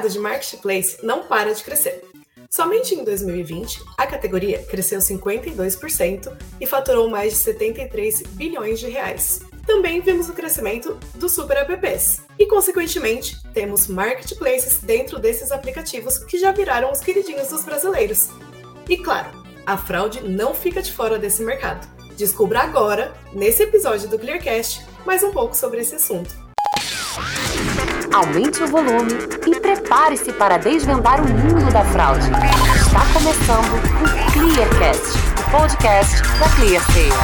mercado de marketplace não para de crescer. Somente em 2020, a categoria cresceu 52% e faturou mais de 73 bilhões de reais. Também vimos o crescimento dos super apps e, consequentemente, temos marketplaces dentro desses aplicativos que já viraram os queridinhos dos brasileiros. E claro, a fraude não fica de fora desse mercado. Descubra agora, nesse episódio do Clearcast, mais um pouco sobre esse assunto. Aumente o volume e prepare-se para desvendar o mundo da fraude. Está começando o Clearcast, o podcast da ClearSale.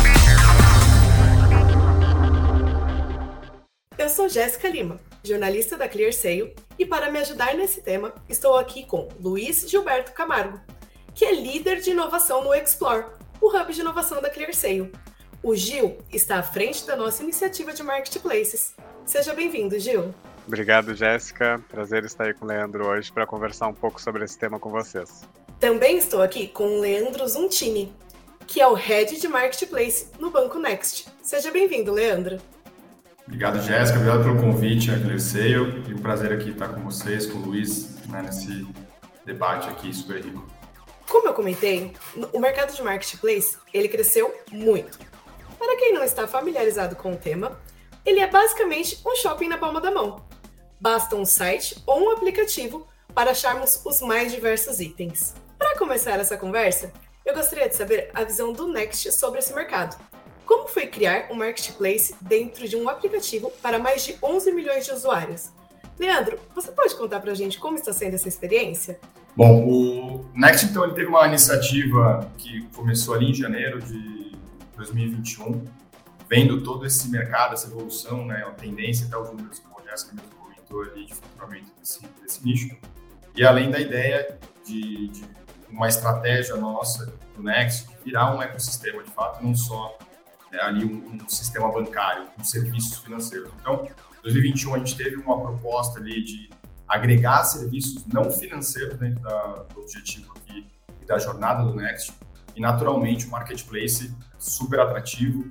Eu sou Jéssica Lima, jornalista da ClearSale, e para me ajudar nesse tema, estou aqui com Luiz Gilberto Camargo, que é líder de inovação no Explore, o hub de inovação da ClearSale. O Gil está à frente da nossa iniciativa de marketplaces. Seja bem-vindo, Gil. Obrigado, Jéssica. Prazer estar aí com o Leandro hoje para conversar um pouco sobre esse tema com vocês. Também estou aqui com o Leandro Zuntini, que é o Head de Marketplace no Banco Next. Seja bem-vindo, Leandro. Obrigado, Jéssica. Obrigado pelo convite à ClearSale. E um prazer aqui estar com vocês, com o Luiz, nesse debate aqui super rico. Como eu comentei, o mercado de marketplace ele cresceu muito. Para quem não está familiarizado com o tema, ele é basicamente um shopping na palma da mão. Basta um site ou um aplicativo para acharmos os mais diversos itens. Para começar essa conversa, eu gostaria de saber a visão do Next sobre esse mercado. Como foi criar um marketplace dentro de um aplicativo para mais de 11 milhões de usuários? Leandro, você pode contar para a gente como está sendo essa experiência? Bom, o Next, então, ele teve uma iniciativa que começou ali em janeiro de 2021, vendo todo esse mercado, essa evolução, né, a tendência, até os números que a Jéssica mesmo comentou ali de faturamento desse nicho. E além da ideia de uma estratégia nossa do Next, de virar um ecossistema de fato, não só ali um sistema bancário, com serviços financeiros. Então, em 2021 a gente teve uma proposta ali de agregar serviços não financeiros dentro do objetivo aqui e da jornada do Next. E naturalmente o marketplace super atrativo,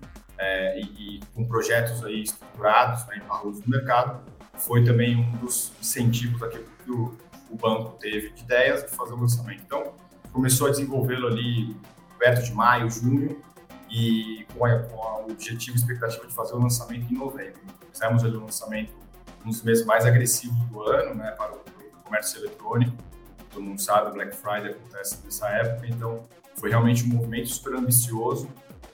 e com projetos aí estruturados, em parrudos no mercado, foi também um dos incentivos aqui que o banco teve de ideias de fazer o lançamento. Então, começou a desenvolvê-lo ali perto de maio, junho, e com o objetivo e expectativa de fazer o lançamento em novembro. Fizemos ali o lançamento nos meses mais agressivos do ano, né, para o comércio eletrônico. Todo mundo sabe, o Black Friday acontece nessa época, então foi realmente um movimento super ambicioso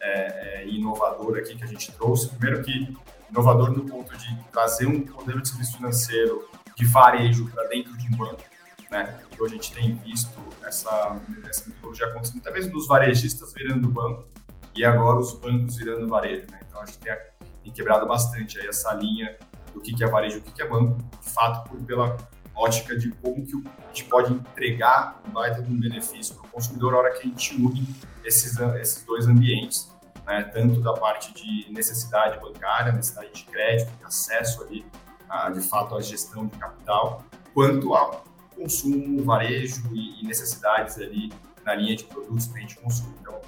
e inovador aqui que a gente trouxe. Primeiro que inovador no ponto de trazer um modelo de serviço financeiro de varejo para dentro de um banco, né? Então a gente tem visto essa metodologia acontecendo, talvez dos varejistas virando banco e agora os bancos virando varejo, né? Então a gente tem quebrado bastante aí essa linha do que é varejo e o que é banco, de fato, pela ótica de como que a gente pode entregar um baita de um benefício para o consumidor na hora que a gente une esses dois ambientes, né? Tanto da parte de necessidade bancária, necessidade de crédito, de acesso ali, de fato, à gestão de capital, quanto ao consumo, varejo e necessidades ali na linha de produtos que a gente consome. Então,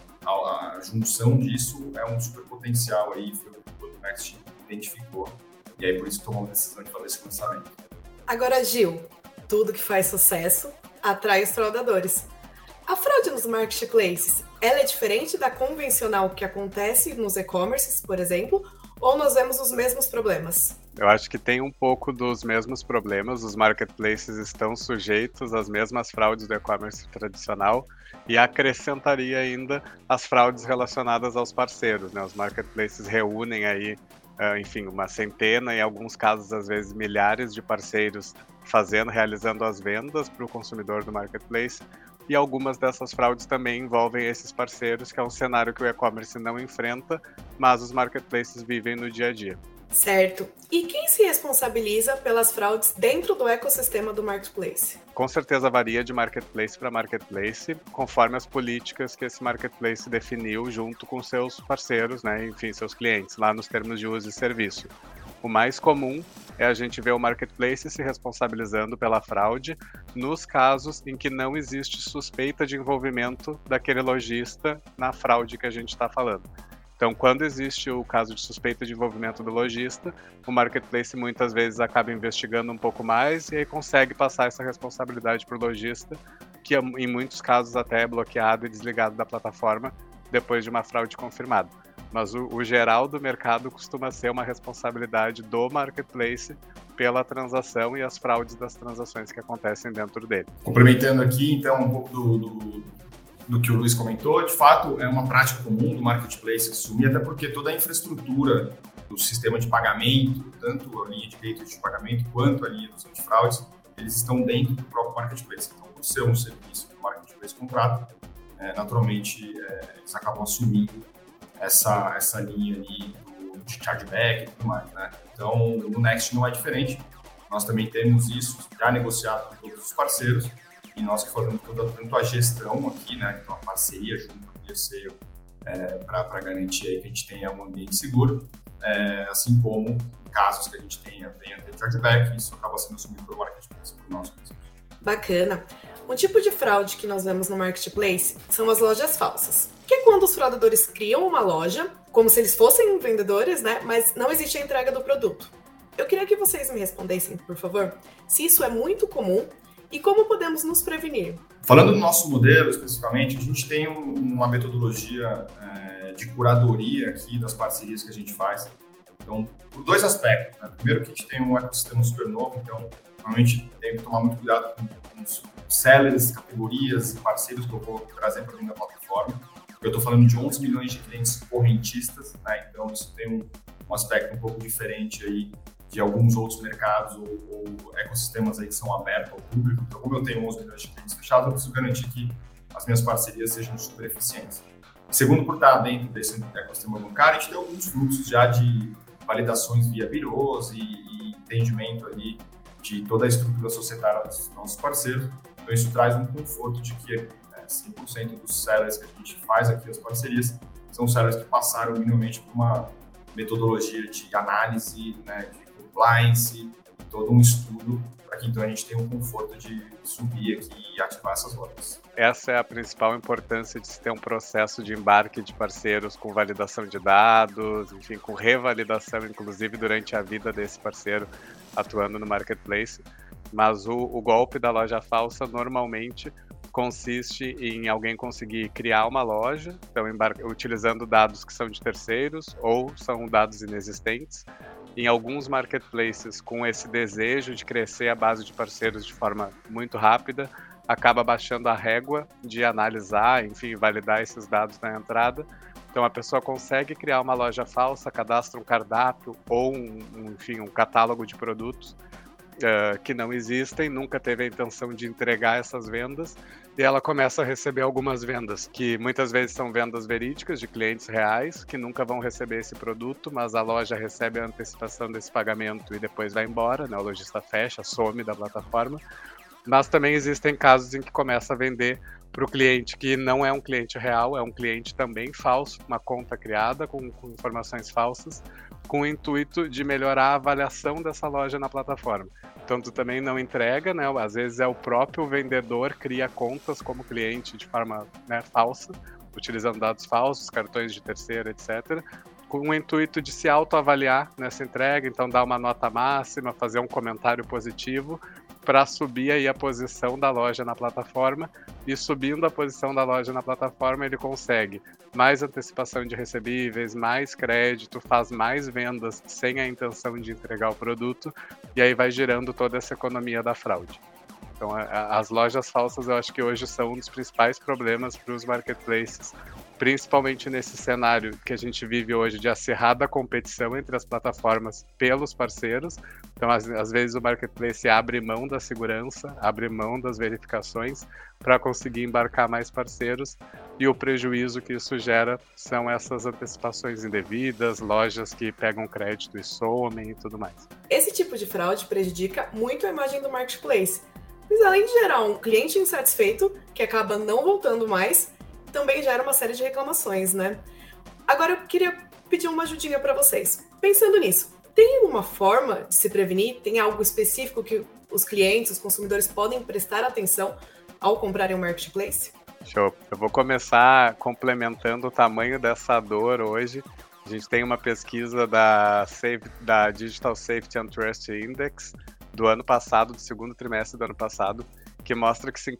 a junção disso é um super potencial aí, foi o que o Next identificou, e aí por isso tomou a decisão de fazer esse lançamento. Agora, Gil, tudo que faz sucesso atrai os fraudadores. A fraude nos marketplaces, ela é diferente da convencional que acontece nos e-commerces, por exemplo, ou nós vemos os mesmos problemas? Eu acho que tem um pouco dos mesmos problemas. Os marketplaces estão sujeitos às mesmas fraudes do e-commerce tradicional e acrescentaria ainda as fraudes relacionadas aos parceiros, né? Os marketplaces reúnem aí, enfim, uma centena, em alguns casos, às vezes, milhares de parceiros realizando as vendas para o consumidor do marketplace. E algumas dessas fraudes também envolvem esses parceiros, que é um cenário que o e-commerce não enfrenta, mas os marketplaces vivem no dia a dia. Certo. E quem se responsabiliza pelas fraudes dentro do ecossistema do marketplace? Com certeza varia de marketplace para marketplace, conforme as políticas que esse marketplace definiu junto com seus parceiros, né, enfim, seus clientes, lá nos termos de uso e serviço. O mais comum é a gente ver o marketplace se responsabilizando pela fraude nos casos em que não existe suspeita de envolvimento daquele lojista na fraude que a gente está falando. Então, quando existe o caso de suspeita de envolvimento do lojista, o marketplace muitas vezes acaba investigando um pouco mais e aí consegue passar essa responsabilidade para o lojista, que em muitos casos até é bloqueado e desligado da plataforma depois de uma fraude confirmada. Mas o geral do mercado costuma ser uma responsabilidade do marketplace pela transação e as fraudes das transações que acontecem dentro dele. Complementando aqui, então, um pouco do que o Luiz comentou, de fato, é uma prática comum do marketplace assumir, até porque toda a infraestrutura do sistema de pagamento, tanto a linha de gateway de pagamento quanto a linha de fraudes, eles estão dentro do próprio marketplace. Então, por ser um serviço que o marketplace contrata, naturalmente, eles acabam assumindo essa linha ali de chargeback e tudo mais, né? Então, no Next não é diferente. Nós também temos isso já negociado com todos os parceiros e nós que fazemos tanto a gestão aqui, né? Então, a parceria junto com o terceiro para garantir aí que a gente tenha um ambiente seguro, assim como casos que a gente venha ter chargeback, isso acaba sendo assumido pelo marketplace, por nós mesmos. Bacana. Um tipo de fraude que nós vemos no marketplace são as lojas falsas, que é quando os fraudadores criam uma loja, como se eles fossem vendedores, né? Mas não existe a entrega do produto. Eu queria que vocês me respondessem, por favor, se isso é muito comum e como podemos nos prevenir. Falando do nosso modelo especificamente, a gente tem uma metodologia de curadoria aqui das parcerias que a gente faz. Então, por dois aspectos, né? Primeiro que a gente tem um ecossistema super novo, então normalmente tem que tomar muito cuidado com os sellers, categorias e parceiros que eu vou trazer para dentro da plataforma. Eu estou falando de 11 milhões de clientes correntistas, né? Então isso tem um aspecto um pouco diferente aí de alguns outros mercados ou ecossistemas aí que são abertos ao público. Então, como eu tenho 11 milhões de clientes fechados, eu preciso garantir que as minhas parcerias sejam super eficientes. Segundo, por estar dentro desse ecossistema bancário, a gente tem alguns fluxos já de validações via birôs e entendimento ali de toda a estrutura societária dos nossos parceiros. Então, isso traz um conforto de que 100% dos sellers que a gente faz aqui, as parcerias, são sellers que passaram minimamente por uma metodologia de análise, né, de compliance, todo um estudo para que então a gente tenha um conforto de subir aqui e ativar essas lojas. Essa é a principal importância de se ter um processo de embarque de parceiros com validação de dados, enfim, com revalidação, inclusive durante a vida desse parceiro atuando no marketplace. Mas o golpe da loja falsa normalmente consiste em alguém conseguir criar uma loja, então utilizando dados que são de terceiros ou são dados inexistentes. Em alguns marketplaces, com esse desejo de crescer a base de parceiros de forma muito rápida, acaba baixando a régua de analisar, enfim, validar esses dados na entrada. Então a pessoa consegue criar uma loja falsa, cadastra um cardápio ou um catálogo de produtos que não existem, nunca teve a intenção de entregar essas vendas, e ela começa a receber algumas vendas, que muitas vezes são vendas verídicas de clientes reais, que nunca vão receber esse produto, mas a loja recebe a antecipação desse pagamento e depois vai embora, né? O lojista fecha, some da plataforma. Mas também existem casos em que começa a vender para o cliente que não é um cliente real, é um cliente também falso, uma conta criada com informações falsas, com o intuito de melhorar a avaliação dessa loja na plataforma. Então, tu também não entrega, né? Às vezes é o próprio vendedor cria contas como cliente de forma, né, falsa, utilizando dados falsos, cartões de terceiro, etc., com o intuito de se autoavaliar nessa entrega, então dar uma nota máxima, fazer um comentário positivo para subir aí a posição da loja na plataforma, e subindo a posição da loja na plataforma ele consegue mais antecipação de recebíveis, mais crédito, faz mais vendas sem a intenção de entregar o produto, e aí vai gerando toda essa economia da fraude. Então as lojas falsas eu acho que hoje são um dos principais problemas para os marketplaces, principalmente nesse cenário que a gente vive hoje de acirrada competição entre as plataformas pelos parceiros. Então, às vezes o marketplace abre mão da segurança, abre mão das verificações para conseguir embarcar mais parceiros, e o prejuízo que isso gera são essas antecipações indevidas, lojas que pegam crédito e somem e tudo mais. Esse tipo de fraude prejudica muito a imagem do marketplace, mas além de gerar um cliente insatisfeito, que acaba não voltando mais, também gera uma série de reclamações, né? Agora eu queria pedir uma ajudinha para vocês. Pensando nisso, tem alguma forma de se prevenir? Tem algo específico que os clientes, os consumidores podem prestar atenção ao comprarem um marketplace? Show. Eu vou começar complementando o tamanho dessa dor hoje. A gente tem uma pesquisa da Digital Safety and Trust Index do ano passado, do segundo trimestre do ano passado, que mostra que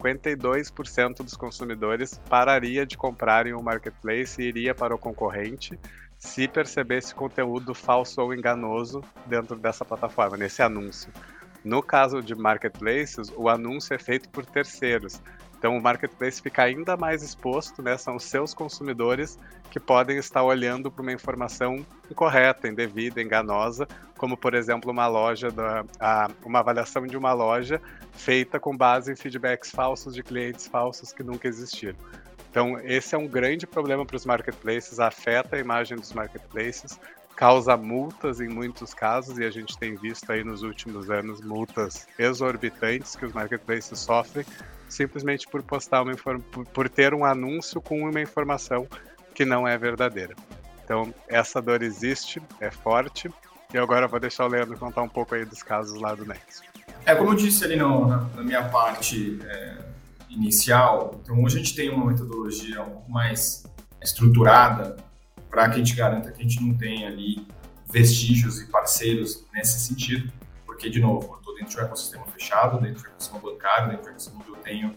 52% dos consumidores pararia de comprar em um marketplace e iria para o concorrente se percebesse conteúdo falso ou enganoso dentro dessa plataforma, nesse anúncio. No caso de marketplaces, o anúncio é feito por terceiros. Então o marketplace fica ainda mais exposto, né? São os seus consumidores que podem estar olhando para uma informação incorreta, indevida, enganosa, como por exemplo uma avaliação de uma loja feita com base em feedbacks falsos de clientes falsos que nunca existiram. Então esse é um grande problema para os marketplaces, afeta a imagem dos marketplaces, causa multas em muitos casos, e a gente tem visto aí nos últimos anos multas exorbitantes que os marketplaces sofrem, simplesmente por postar por ter um anúncio com uma informação que não é verdadeira. Então, essa dor existe, é forte, e agora eu vou deixar o Leandro contar um pouco aí dos casos lá do Nexo. Como eu disse ali na minha parte inicial, então hoje a gente tem uma metodologia um pouco mais estruturada para que a gente garanta que a gente não tenha ali vestígios e parceiros nesse sentido, porque, de novo, eu estou dentro de um ecossistema fechado, dentro de um ecossistema bancário, dentro de um ecossistema onde eu tenho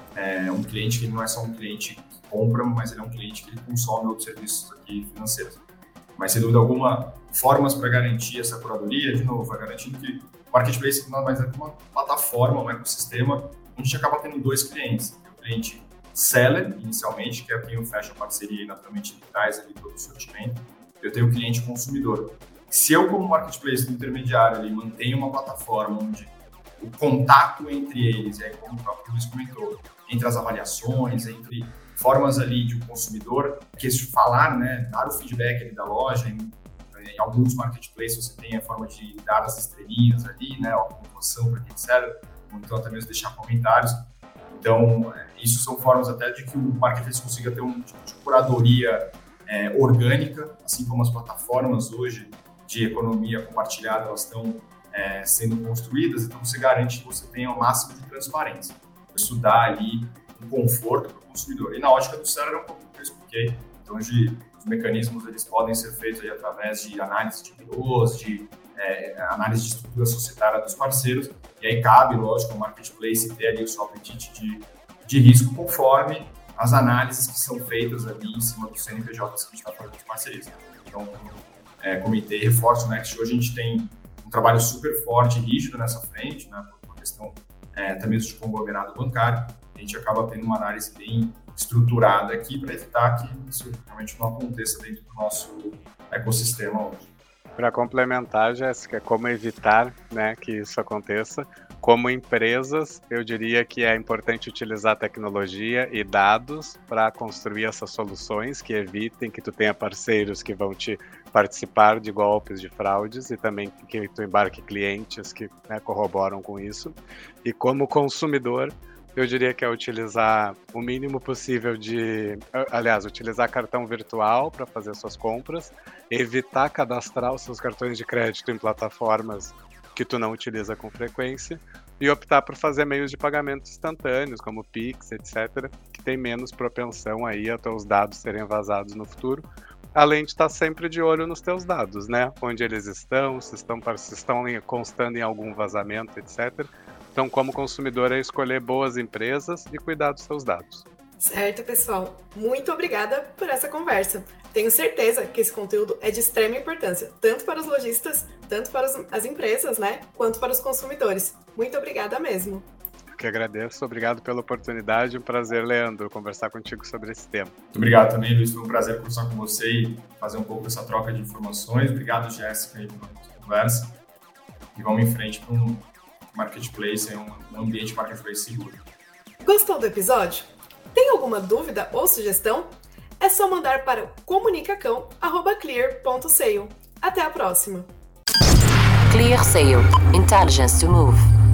um cliente que não é só um cliente que compra, mas ele é um cliente que ele consome outros serviços aqui financeiros. Mas, sem dúvida alguma, formas para garantir essa curadoria, de novo, vai garantindo que o marketplace nada mais é uma plataforma, um ecossistema, onde a gente acaba tendo dois clientes. Tem o cliente seller, inicialmente, que é quem fecha a parceria e naturalmente ele traz ali todo o sortimento. Eu tenho o cliente consumidor. Se eu, como marketplace intermediário, ali, mantenho uma plataforma onde o contato entre eles, aí, como o próprio Luiz comentou, entre as avaliações, entre formas ali de um consumidor falar, né, dar o feedback ali da loja, em alguns marketplaces você tem a forma de dar as estrelinhas ali, né, a pontuação para quem seller, ou então até mesmo deixar comentários. Então, isso são formas até de que o marketplace consiga ter um tipo de curadoria orgânica, assim como as plataformas hoje de economia compartilhada, elas estão sendo construídas, então você garante que você tenha o máximo de transparência. Isso dá ali um conforto para o consumidor. E na ótica do seller é um pouco isso, porque então, hoje os mecanismos eles podem ser feitos aí através de análise de POs, de análise de estrutura societária dos parceiros, e aí cabe, lógico, ao marketplace ter ali o seu apetite de risco conforme as análises que são feitas ali em cima dos CNPJs que a gente está fazendo de parcerias. Então, comentei, reforço, né, que hoje a gente tem um trabalho super forte e rígido nessa frente, né, por uma questão até mesmo de conglomerado bancário. A gente acaba tendo uma análise bem estruturada aqui para evitar que isso realmente não aconteça dentro do nosso ecossistema hoje. Para complementar, Jéssica, como evitar, né, que isso aconteça? Como empresas, eu diria que é importante utilizar tecnologia e dados para construir essas soluções que evitem que tu tenha parceiros que vão te participar de golpes, de fraudes, e também que tu embarque clientes que, né, corroboram com isso. E como consumidor, eu diria que é utilizar o mínimo possível utilizar cartão virtual para fazer suas compras, evitar cadastrar os seus cartões de crédito em plataformas que tu não utiliza com frequência e optar por fazer meios de pagamento instantâneos, como Pix, etc., que tem menos propensão aí a teus dados serem vazados no futuro, além de estar sempre de olho nos teus dados, né? Onde eles estão, se estão constando em algum vazamento, etc., Então, como consumidor, é escolher boas empresas e cuidar dos seus dados. Certo, pessoal. Muito obrigada por essa conversa. Tenho certeza que esse conteúdo é de extrema importância, tanto para os lojistas, tanto para as empresas, né, quanto para os consumidores. Muito obrigada mesmo. Eu que agradeço. Obrigado pela oportunidade. Um prazer, Leandro, conversar contigo sobre esse tema. Muito obrigado também, Luiz. Foi um prazer conversar com você e fazer um pouco dessa troca de informações. Obrigado, Jéssica, aí, pela nossa conversa. E vamos em frente para um marketplace, um ambiente marketplace seguro. Gostou do episódio? Tem alguma dúvida ou sugestão? É só mandar para comunicacão@clear.sale. Até a próxima! ClearSale. Intelligence to move.